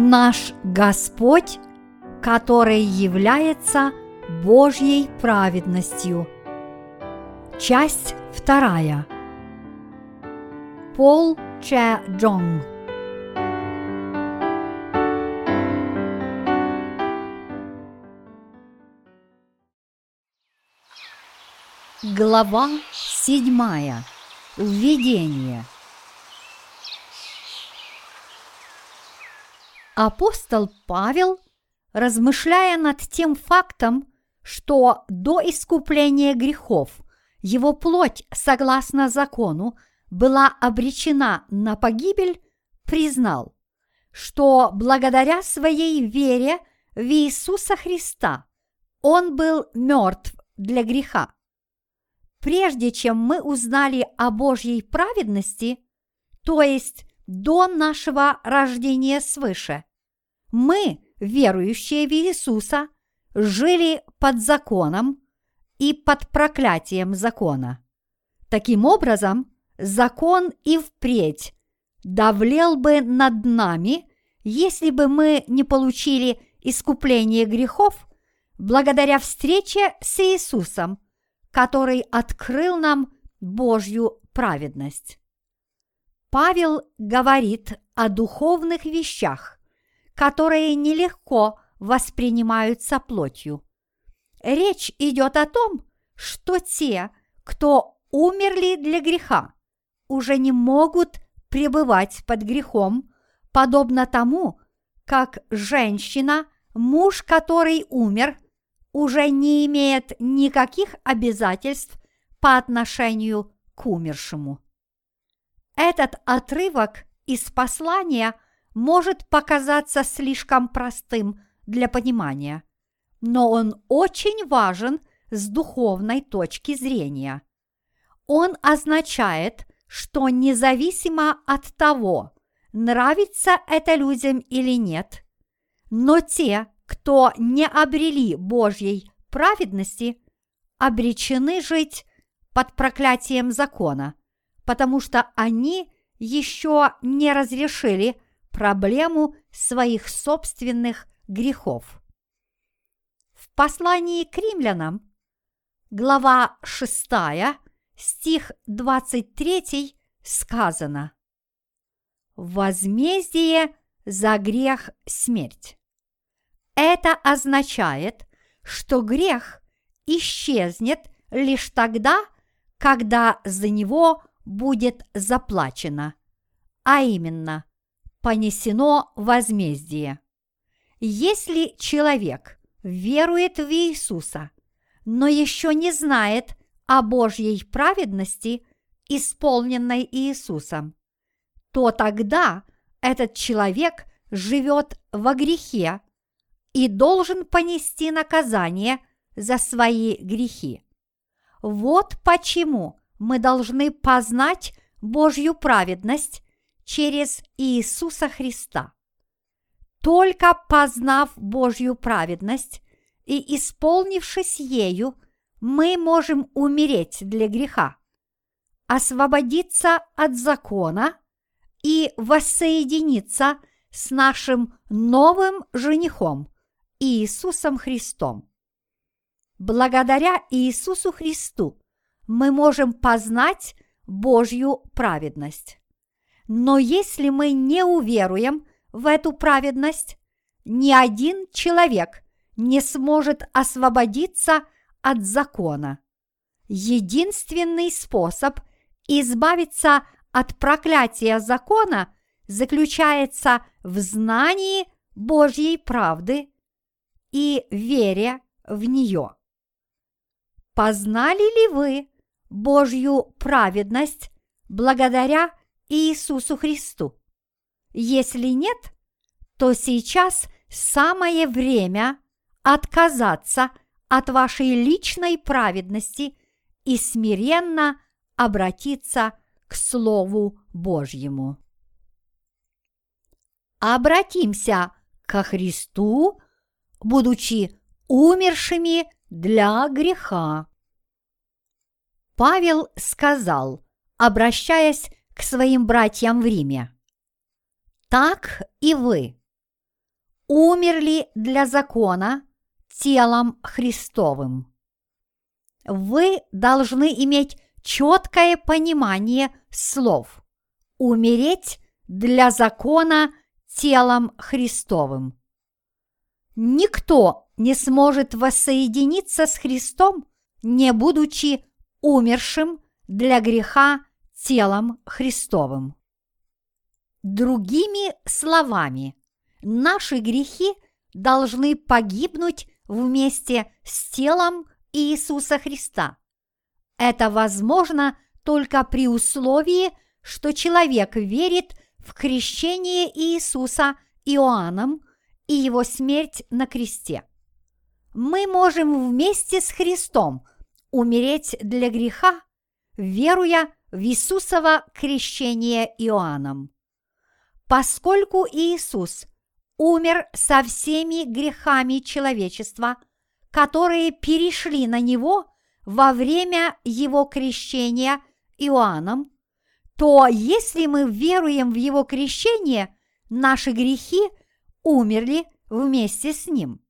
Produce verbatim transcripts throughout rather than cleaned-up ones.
наш Господь, который является Божьей праведностью. Часть вторая. Пол Че Джонг. Глава седьмая. Введение. Апостол Павел, размышляя над тем фактом, что до искупления грехов его плоть, согласно закону, была обречена на погибель, признал, что благодаря своей вере в Иисуса Христа он был мертв для греха. Прежде чем мы узнали о Божьей праведности, то есть до нашего рождения свыше, мы, верующие в Иисуса, жили под законом и под проклятием закона. Таким образом, закон и впредь давлел бы над нами, если бы мы не получили искупление грехов благодаря встрече с Иисусом, который открыл нам Божью праведность. Павел говорит о духовных вещах, которые нелегко воспринимаются плотью. Речь идет о том, что те, кто умерли для греха, уже не могут пребывать под грехом, подобно тому, как женщина, муж который умер, уже не имеет никаких обязательств по отношению к умершему. Этот отрывок из послания может показаться слишком простым для понимания, но он очень важен с духовной точки зрения. Он означает, что независимо от того, нравится это людям или нет, но те, кто не обрели Божьей праведности, обречены жить под проклятием закона, потому что они еще не разрешили проблему своих собственных грехов. В послании к римлянам, глава шестая, стих двадцать три, сказано: «Возмездие за грех – смерть». Это означает, что грех исчезнет лишь тогда, когда за него будет заплачено, а именно понесено возмездие. Если человек верует в Иисуса, но еще не знает о Божьей праведности, исполненной Иисусом, то тогда этот человек живет во грехе и должен понести наказание за свои грехи. Вот почему мы должны познать Божью праведность через Иисуса Христа. Только познав Божью праведность и исполнившись ею, мы можем умереть для греха, освободиться от закона и воссоединиться с нашим новым женихом Иисусом Христом. Благодаря Иисусу Христу мы можем познать Божью праведность. Но если мы не уверуем в эту праведность, ни один человек не сможет освободиться от закона. Единственный способ избавиться от проклятия закона заключается в знании Божьей правды и вере в нее. Познали ли вы Божью праведность благодаря Иисусу Христу? Если нет, то сейчас самое время отказаться от вашей личной праведности и смиренно обратиться к Слову Божьему. Обратимся ко Христу, будучи умершими для греха. Павел сказал, обращаясь к своим братьям в Риме: «Так и вы, умерли для закона телом Христовым. Вы должны иметь четкое понимание слов «умереть для закона телом Христовым». Никто не сможет воссоединиться с Христом, не будучи умершим для греха телом Христовым. Другими словами, наши грехи должны погибнуть вместе с телом Иисуса Христа. Это возможно только при условии, что человек верит в крещение Иисуса Иоанном и его смерть на кресте. Мы можем вместе с Христом умереть для греха, веруя в Иисусово крещение Иоанном. Поскольку Иисус умер со всеми грехами человечества, которые перешли на Него во время Его крещения Иоанном, то если мы веруем в Его крещение, наши грехи умерли вместе с Ним.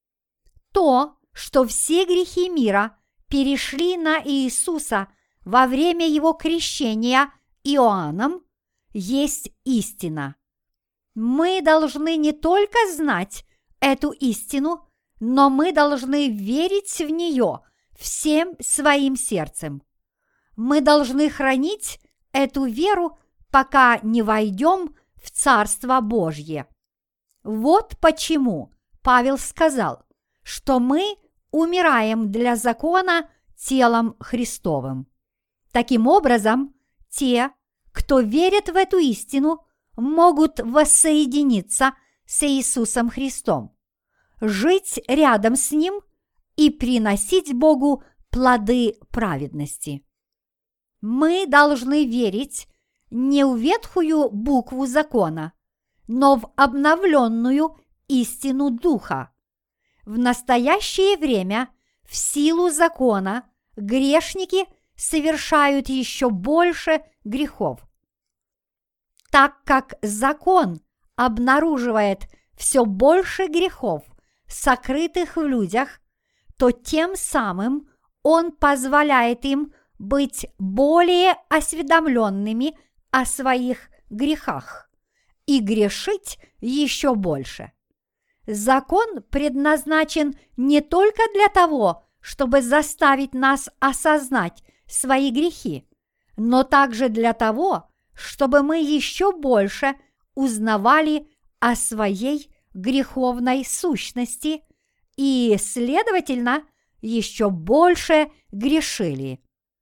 То, что все грехи мира перешли на Иисуса во время Его крещения Иоанном, есть истина. Мы должны не только знать эту истину, но мы должны верить в нее всем своим сердцем. Мы должны хранить эту веру, пока не войдем в Царство Божье. Вот почему Павел сказал, что мы умираем для закона телом Христовым. Таким образом, те, кто верит в эту истину, могут воссоединиться с Иисусом Христом, жить рядом с Ним и приносить Богу плоды праведности. Мы должны верить не в ветхую букву закона, но в обновленную истину Духа. В настоящее время в силу закона грешники совершают еще больше грехов. Так как закон обнаруживает все больше грехов, сокрытых в людях, то тем самым он позволяет им быть более осведомленными о своих грехах и грешить еще больше. Закон предназначен не только для того, чтобы заставить нас осознать свои грехи, но также для того, чтобы мы еще больше узнавали о своей греховной сущности и, следовательно, еще больше грешили.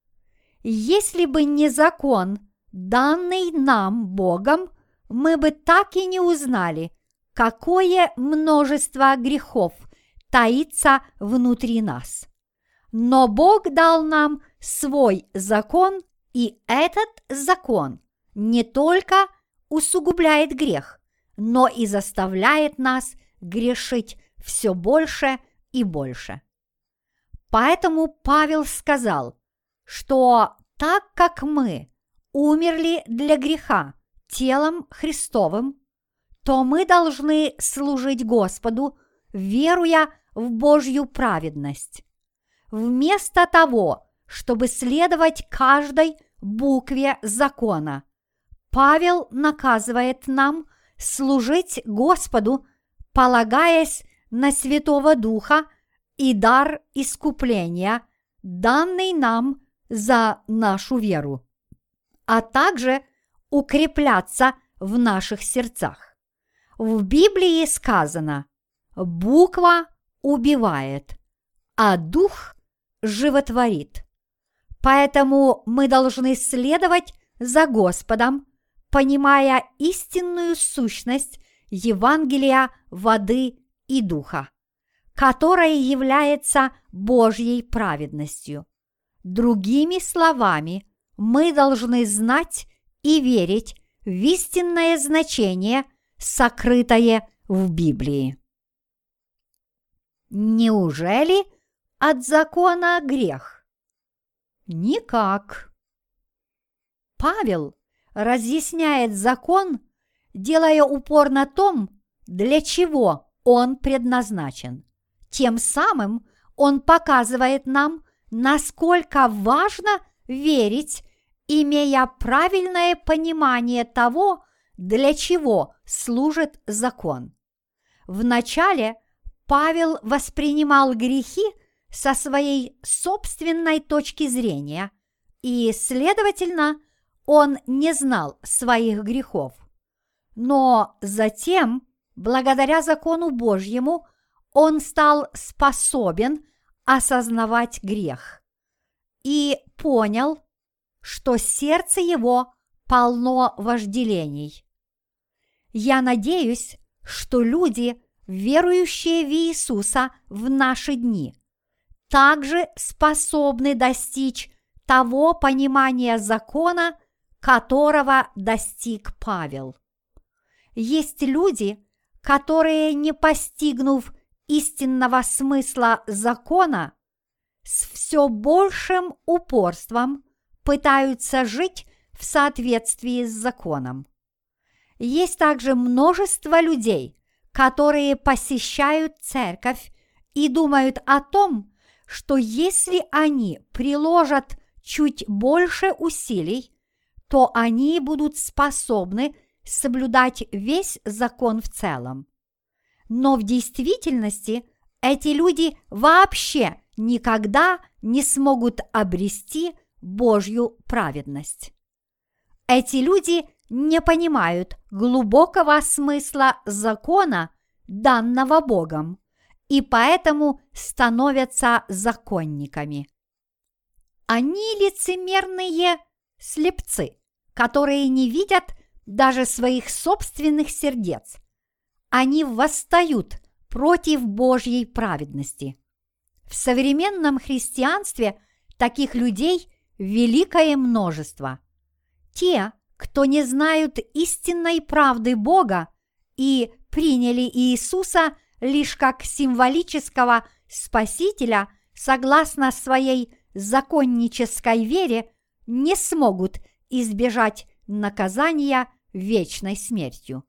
Если бы не закон, данный нам Богом, мы бы так и не узнали, какое множество грехов таится внутри нас. Но Бог дал нам свой закон, и этот закон не только усугубляет грех, но и заставляет нас грешить все больше и больше. Поэтому Павел сказал, что так как мы умерли для греха телом Христовым, то мы должны служить Господу, веруя в Божью праведность. Вместо того, чтобы следовать каждой букве закона, Павел наказывает нам служить Господу, полагаясь на Святого Духа и дар искупления, данный нам за нашу веру, а также укрепляться в наших сердцах. В Библии сказано: буква убивает, а дух животворит. Поэтому мы должны следовать за Господом, понимая истинную сущность Евангелия воды и духа, которая является Божьей праведностью. Другими словами, мы должны знать и верить в истинное значение, сокрытое в Библии. Неужели от закона грех? Никак. Павел разъясняет закон, делая упор на том, для чего он предназначен. Тем самым он показывает нам, насколько важно верить, имея правильное понимание того, для чего служит закон. Вначале Павел воспринимал грехи со своей собственной точки зрения, и, следовательно, он не знал своих грехов. Но затем, благодаря закону Божьему, он стал способен осознавать грех и понял, что сердце его полно вожделений. Я надеюсь, что люди, верующие в Иисуса в наши дни, также способны достичь того понимания закона, которого достиг Павел. Есть люди, которые, не постигнув истинного смысла закона, с все большим упорством пытаются жить в соответствии с законом. Есть также множество людей, которые посещают церковь и думают о том, что если они приложат чуть больше усилий, то они будут способны соблюдать весь закон в целом. Но в действительности эти люди вообще никогда не смогут обрести Божью праведность. Эти люди не понимают глубокого смысла закона, данного Богом, и поэтому становятся законниками. Они лицемерные слепцы, которые не видят даже своих собственных сердец. Они восстают против Божьей праведности. В современном христианстве таких людей великое множество. Те, кто не знают истинной правды Бога и приняли Иисуса лишь как символического Спасителя согласно своей законнической вере, не смогут избежать наказания вечной смертью.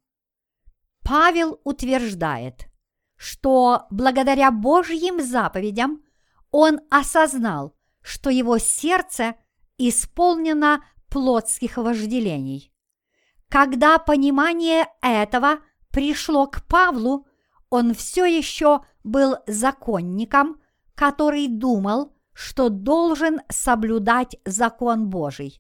Павел утверждает, что благодаря Божьим заповедям он осознал, что его сердце исполнено плотских вожделений. Когда понимание этого пришло к Павлу, он все еще был законником, который думал, что должен соблюдать закон Божий.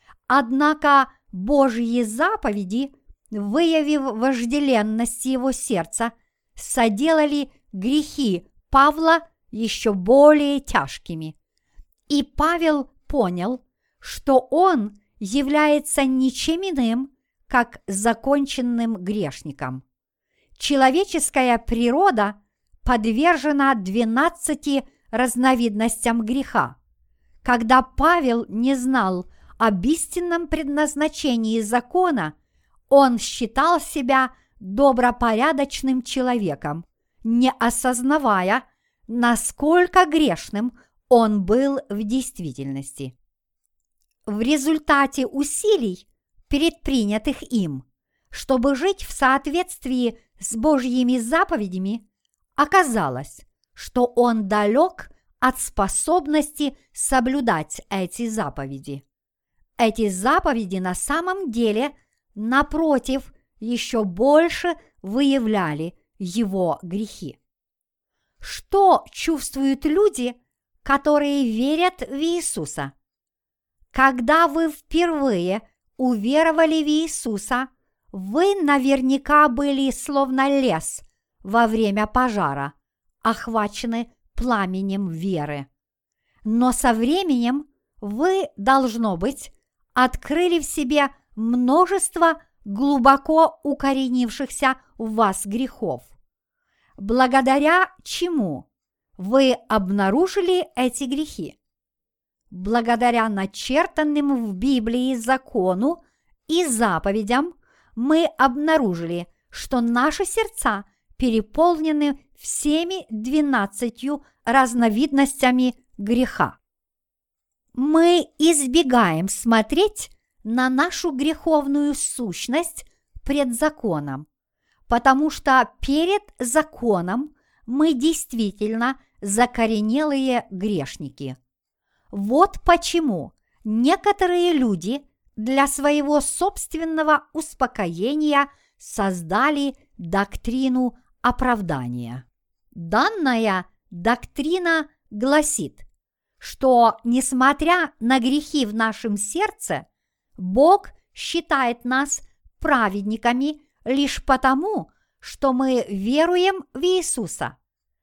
Однако Божьи заповеди, выявив вожделенность его сердца, соделали грехи Павла еще более тяжкими. И Павел понял, что он является ничем иным, как законченным грешником. Человеческая природа подвержена двенадцати разновидностям греха. Когда Павел не знал об истинном предназначении закона, он считал себя добропорядочным человеком, не осознавая, насколько грешным он был в действительности. В результате усилий, предпринятых им, чтобы жить в соответствии с Божьими заповедями, оказалось, что он далек от способности соблюдать эти заповеди. Эти заповеди на самом деле, напротив, еще больше выявляли его грехи. Что чувствуют люди, которые верят в Иисуса? Когда вы впервые уверовали в Иисуса, вы наверняка были словно лес во время пожара, охвачены пламенем веры. Но со временем вы, должно быть, открыли в себе множество глубоко укоренившихся в вас грехов, благодаря чему вы обнаружили эти грехи. Благодаря начертанным в Библии закону и заповедям мы обнаружили, что наши сердца переполнены всеми двенадцатью разновидностями греха. Мы избегаем смотреть на нашу греховную сущность пред законом, потому что перед законом мы действительно закоренелые грешники. Вот почему некоторые люди для своего собственного успокоения создали доктрину оправдания. Данная доктрина гласит, что, несмотря на грехи в нашем сердце, Бог считает нас праведниками лишь потому, что мы веруем в Иисуса.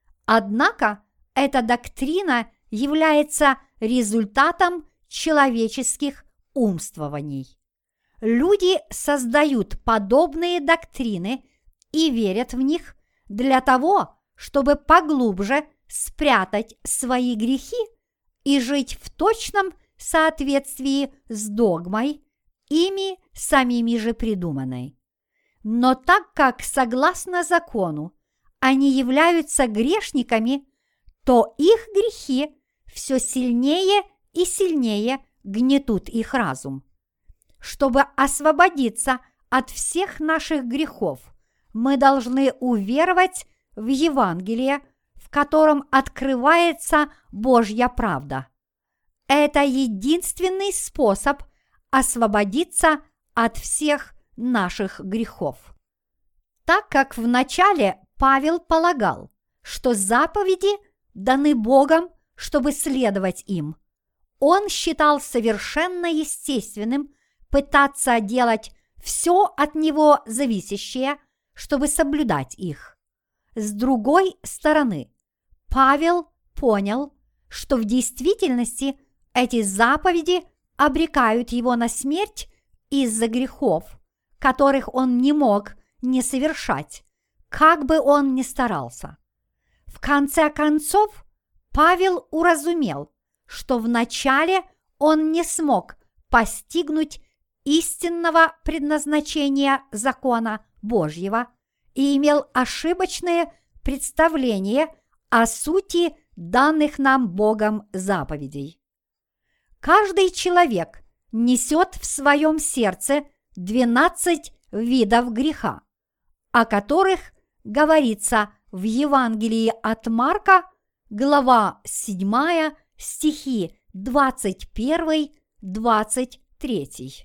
Однако эта доктрина является результатом человеческих умствований. Люди создают подобные доктрины и верят в них для того, чтобы поглубже спрятать свои грехи и жить в точном соответствии с догмой, ими самими же придуманной. Но так как, согласно закону, они являются грешниками, то их грехи все сильнее и сильнее гнетут их разум. Чтобы освободиться от всех наших грехов, мы должны уверовать в Евангелие, в котором открывается Божья правда. Это единственный способ освободиться от всех наших грехов. Так как вначале Павел полагал, что заповеди даны Богом, чтобы следовать им, он считал совершенно естественным пытаться делать все от него зависящее, чтобы соблюдать их. С другой стороны, Павел понял, что в действительности эти заповеди обрекают его на смерть из-за грехов, которых он не мог не совершать, как бы он ни старался. В конце концов, Павел уразумел, что вначале он не смог постигнуть истинного предназначения закона Божьего и имел ошибочное представление о сути данных нам Богом заповедей. Каждый человек несет в своем сердце двенадцать видов греха, о которых говорится в Евангелии от Марка, глава седьмая, стихи двадцать один - двадцать три.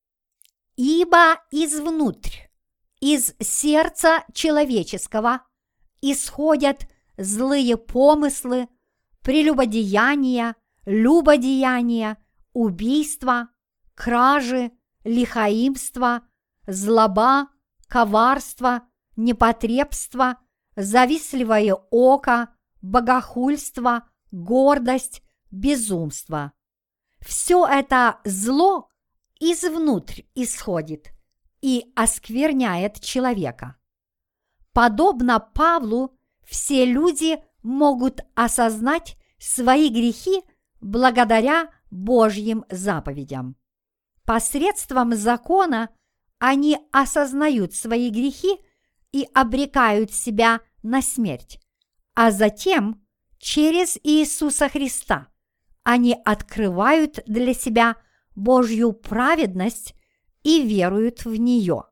«Ибо извнутрь, из сердца человеческого исходят злые помыслы, прелюбодеяния, любодеяния, убийства, кражи, лихаимство, злоба, коварство, непотребство, завистливое око, богохульство, гордость, безумство. Все это зло извнутрь исходит и оскверняет человека. Подобно Павлу, все люди могут осознать свои грехи благодаря Божьим заповедям. Посредством закона они осознают свои грехи и обрекают себя на смерть, а затем через Иисуса Христа они открывают для себя Божью праведность и веруют в нее.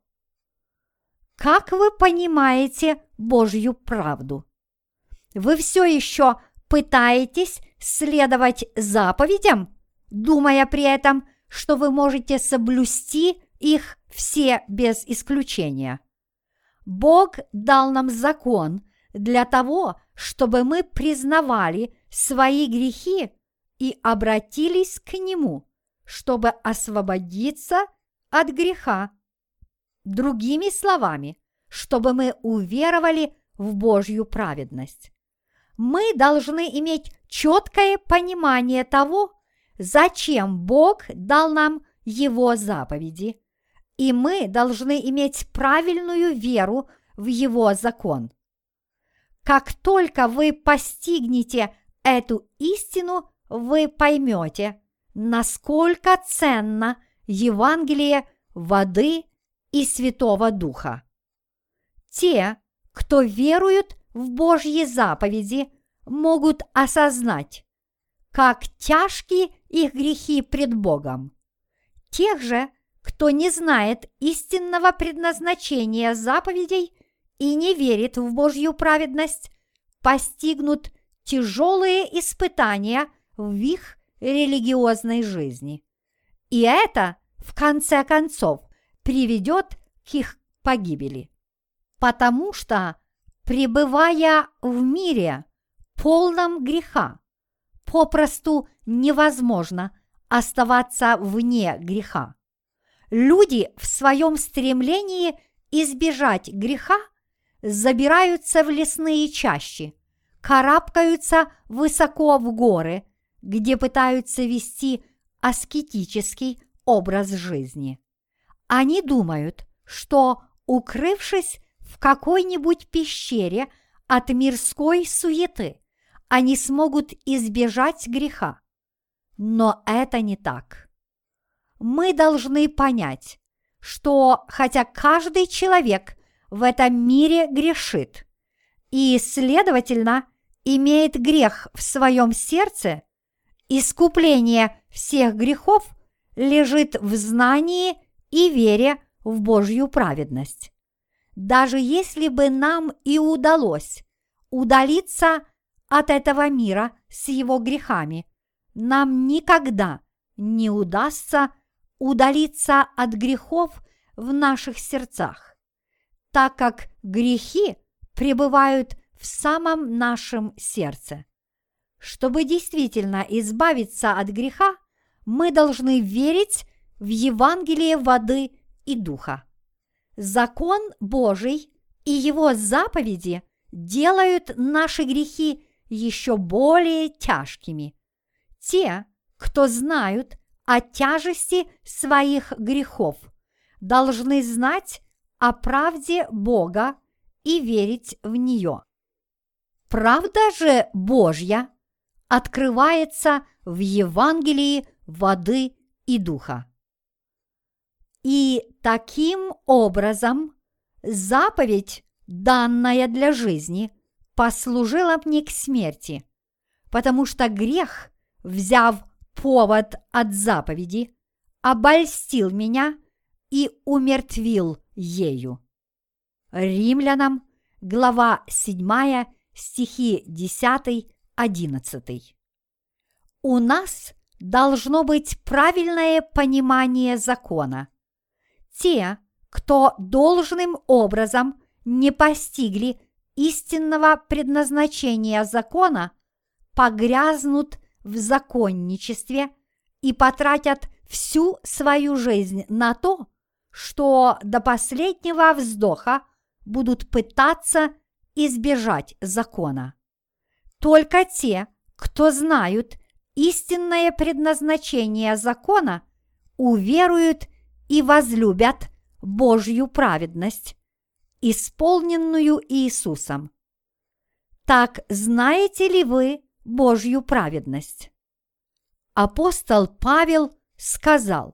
Как вы понимаете Божью правду? Вы все еще пытаетесь следовать заповедям, думая при этом, что вы можете соблюсти их все без исключения. Бог дал нам закон для того, чтобы мы признавали свои грехи и обратились к Нему, чтобы освободиться от греха. Другими словами, чтобы мы уверовали в Божью праведность. Мы должны иметь четкое понимание того, зачем Бог дал нам Его заповеди, и мы должны иметь правильную веру в Его закон. Как только вы постигнете эту истину, вы поймете, насколько ценно Евангелие воды и Святого Духа. Те, кто веруют в Божьи заповеди, могут осознать, как тяжки их грехи пред Богом. Тех же, кто не знает истинного предназначения заповедей, и не верит в Божью праведность, постигнут тяжелые испытания в их религиозной жизни. И это, в конце концов, приведет к их погибели. Потому что, пребывая в мире, полном греха, попросту невозможно оставаться вне греха. Люди в своем стремлении избежать греха забираются в лесные чащи, карабкаются высоко в горы, где пытаются вести аскетический образ жизни. Они думают, что, укрывшись в какой-нибудь пещере от мирской суеты, они смогут избежать греха. Но это не так. Мы должны понять, что хотя каждый человек в этом мире грешит и, следовательно, имеет грех в своем сердце, искупление всех грехов лежит в знании и вере в Божью праведность. Даже если бы нам и удалось удалиться от этого мира с его грехами, нам никогда не удастся удалиться от грехов в наших сердцах, так как грехи пребывают в самом нашем сердце. Чтобы действительно избавиться от греха, мы должны верить в Евангелие воды и духа. Закон Божий и его заповеди делают наши грехи еще более тяжкими. Те, кто знают о тяжести своих грехов, должны знать о правде Бога и верить в нее. Правда же Божья открывается в Евангелии воды и духа. И таким образом заповедь, данная для жизни, послужила мне к смерти, потому что грех, взяв повод от заповеди, обольстил меня и умертвил ею. Римлянам, глава седьмая, стихи десятый-одиннадцатый. У нас должно быть правильное понимание закона. Те, кто должным образом не постигли истинного предназначения закона, погрязнут в законничестве и потратят всю свою жизнь на то, что до последнего вздоха будут пытаться избежать закона. Только те, кто знают истинное предназначение закона, уверуют и возлюбят Божью праведность, исполненную Иисусом. Так знаете ли вы Божью праведность? Апостол Павел сказал,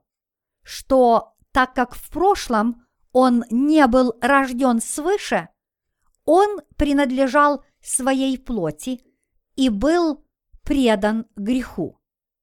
что так как в прошлом он не был рожден свыше, он принадлежал своей плоти и был предан греху.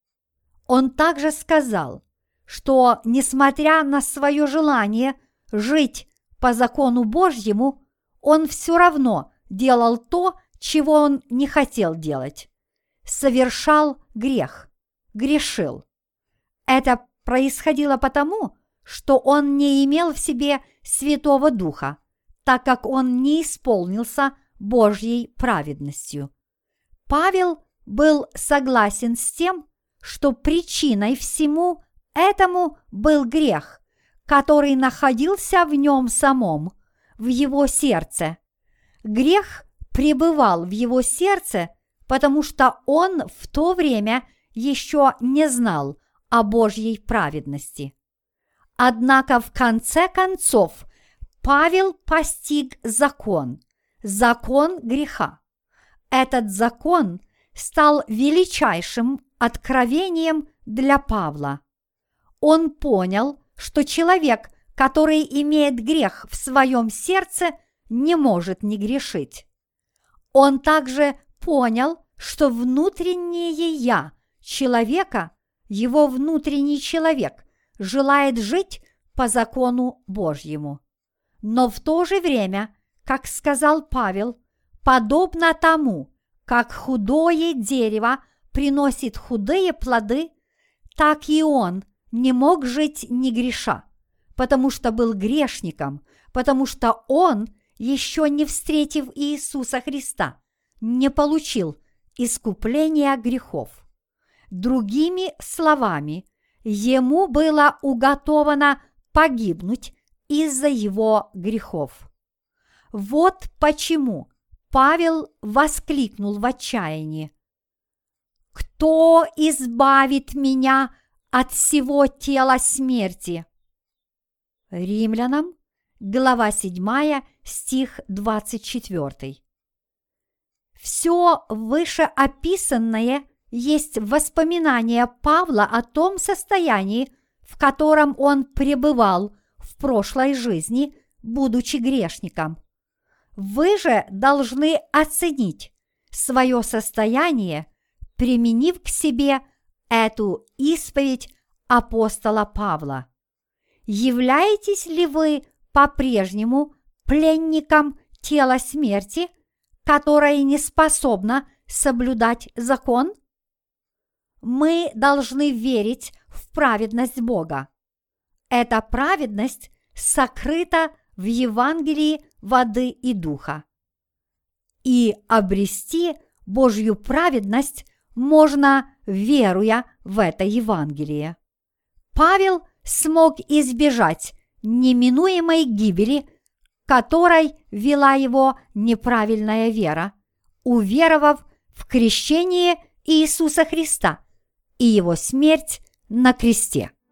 Он также сказал, что, несмотря на свое желание жить по закону Божьему, он все равно делал то, чего он не хотел делать. Совершал грех, грешил. Это происходило потому, что он не имел в себе Святого Духа, так как он не исполнился Божьей праведностью. Павел был согласен с тем, что причиной всему этому был грех, который находился в нем самом, в его сердце. Грех пребывал в его сердце, потому что он в то время еще не знал о Божьей праведности. Однако в конце концов Павел постиг закон, закон греха. Этот закон стал величайшим откровением для Павла. Он понял, что человек, который имеет грех в своем сердце, не может не грешить. Он также понял, что внутреннее «я» человека, его внутренний человек, желает жить по закону Божьему. Но в то же время, как сказал Павел, подобно тому, как худое дерево приносит худые плоды, так и он не мог жить не греша, потому что был грешником, потому что он, еще не встретив Иисуса Христа, не получил искупления грехов. Другими словами, ему было уготовано погибнуть из-за его грехов. Вот почему Павел воскликнул в отчаянии: «Кто избавит меня от всего тела смерти?» Римлянам, глава седьмая, стих двадцать четвёртый. Все вышеописанное есть воспоминание Павла о том состоянии, в котором он пребывал в прошлой жизни, будучи грешником. Вы же должны оценить свое состояние, применив к себе эту исповедь апостола Павла. Являетесь ли вы по-прежнему пленником тела смерти, которое не способно соблюдать закон? Мы должны верить в праведность Бога. Эта праведность сокрыта в Евангелии воды и духа. И обрести Божью праведность можно, веруя в это Евангелие. Павел смог избежать неминуемой гибели, которой вела его неправильная вера, уверовав в крещение Иисуса Христа и его смерть на кресте.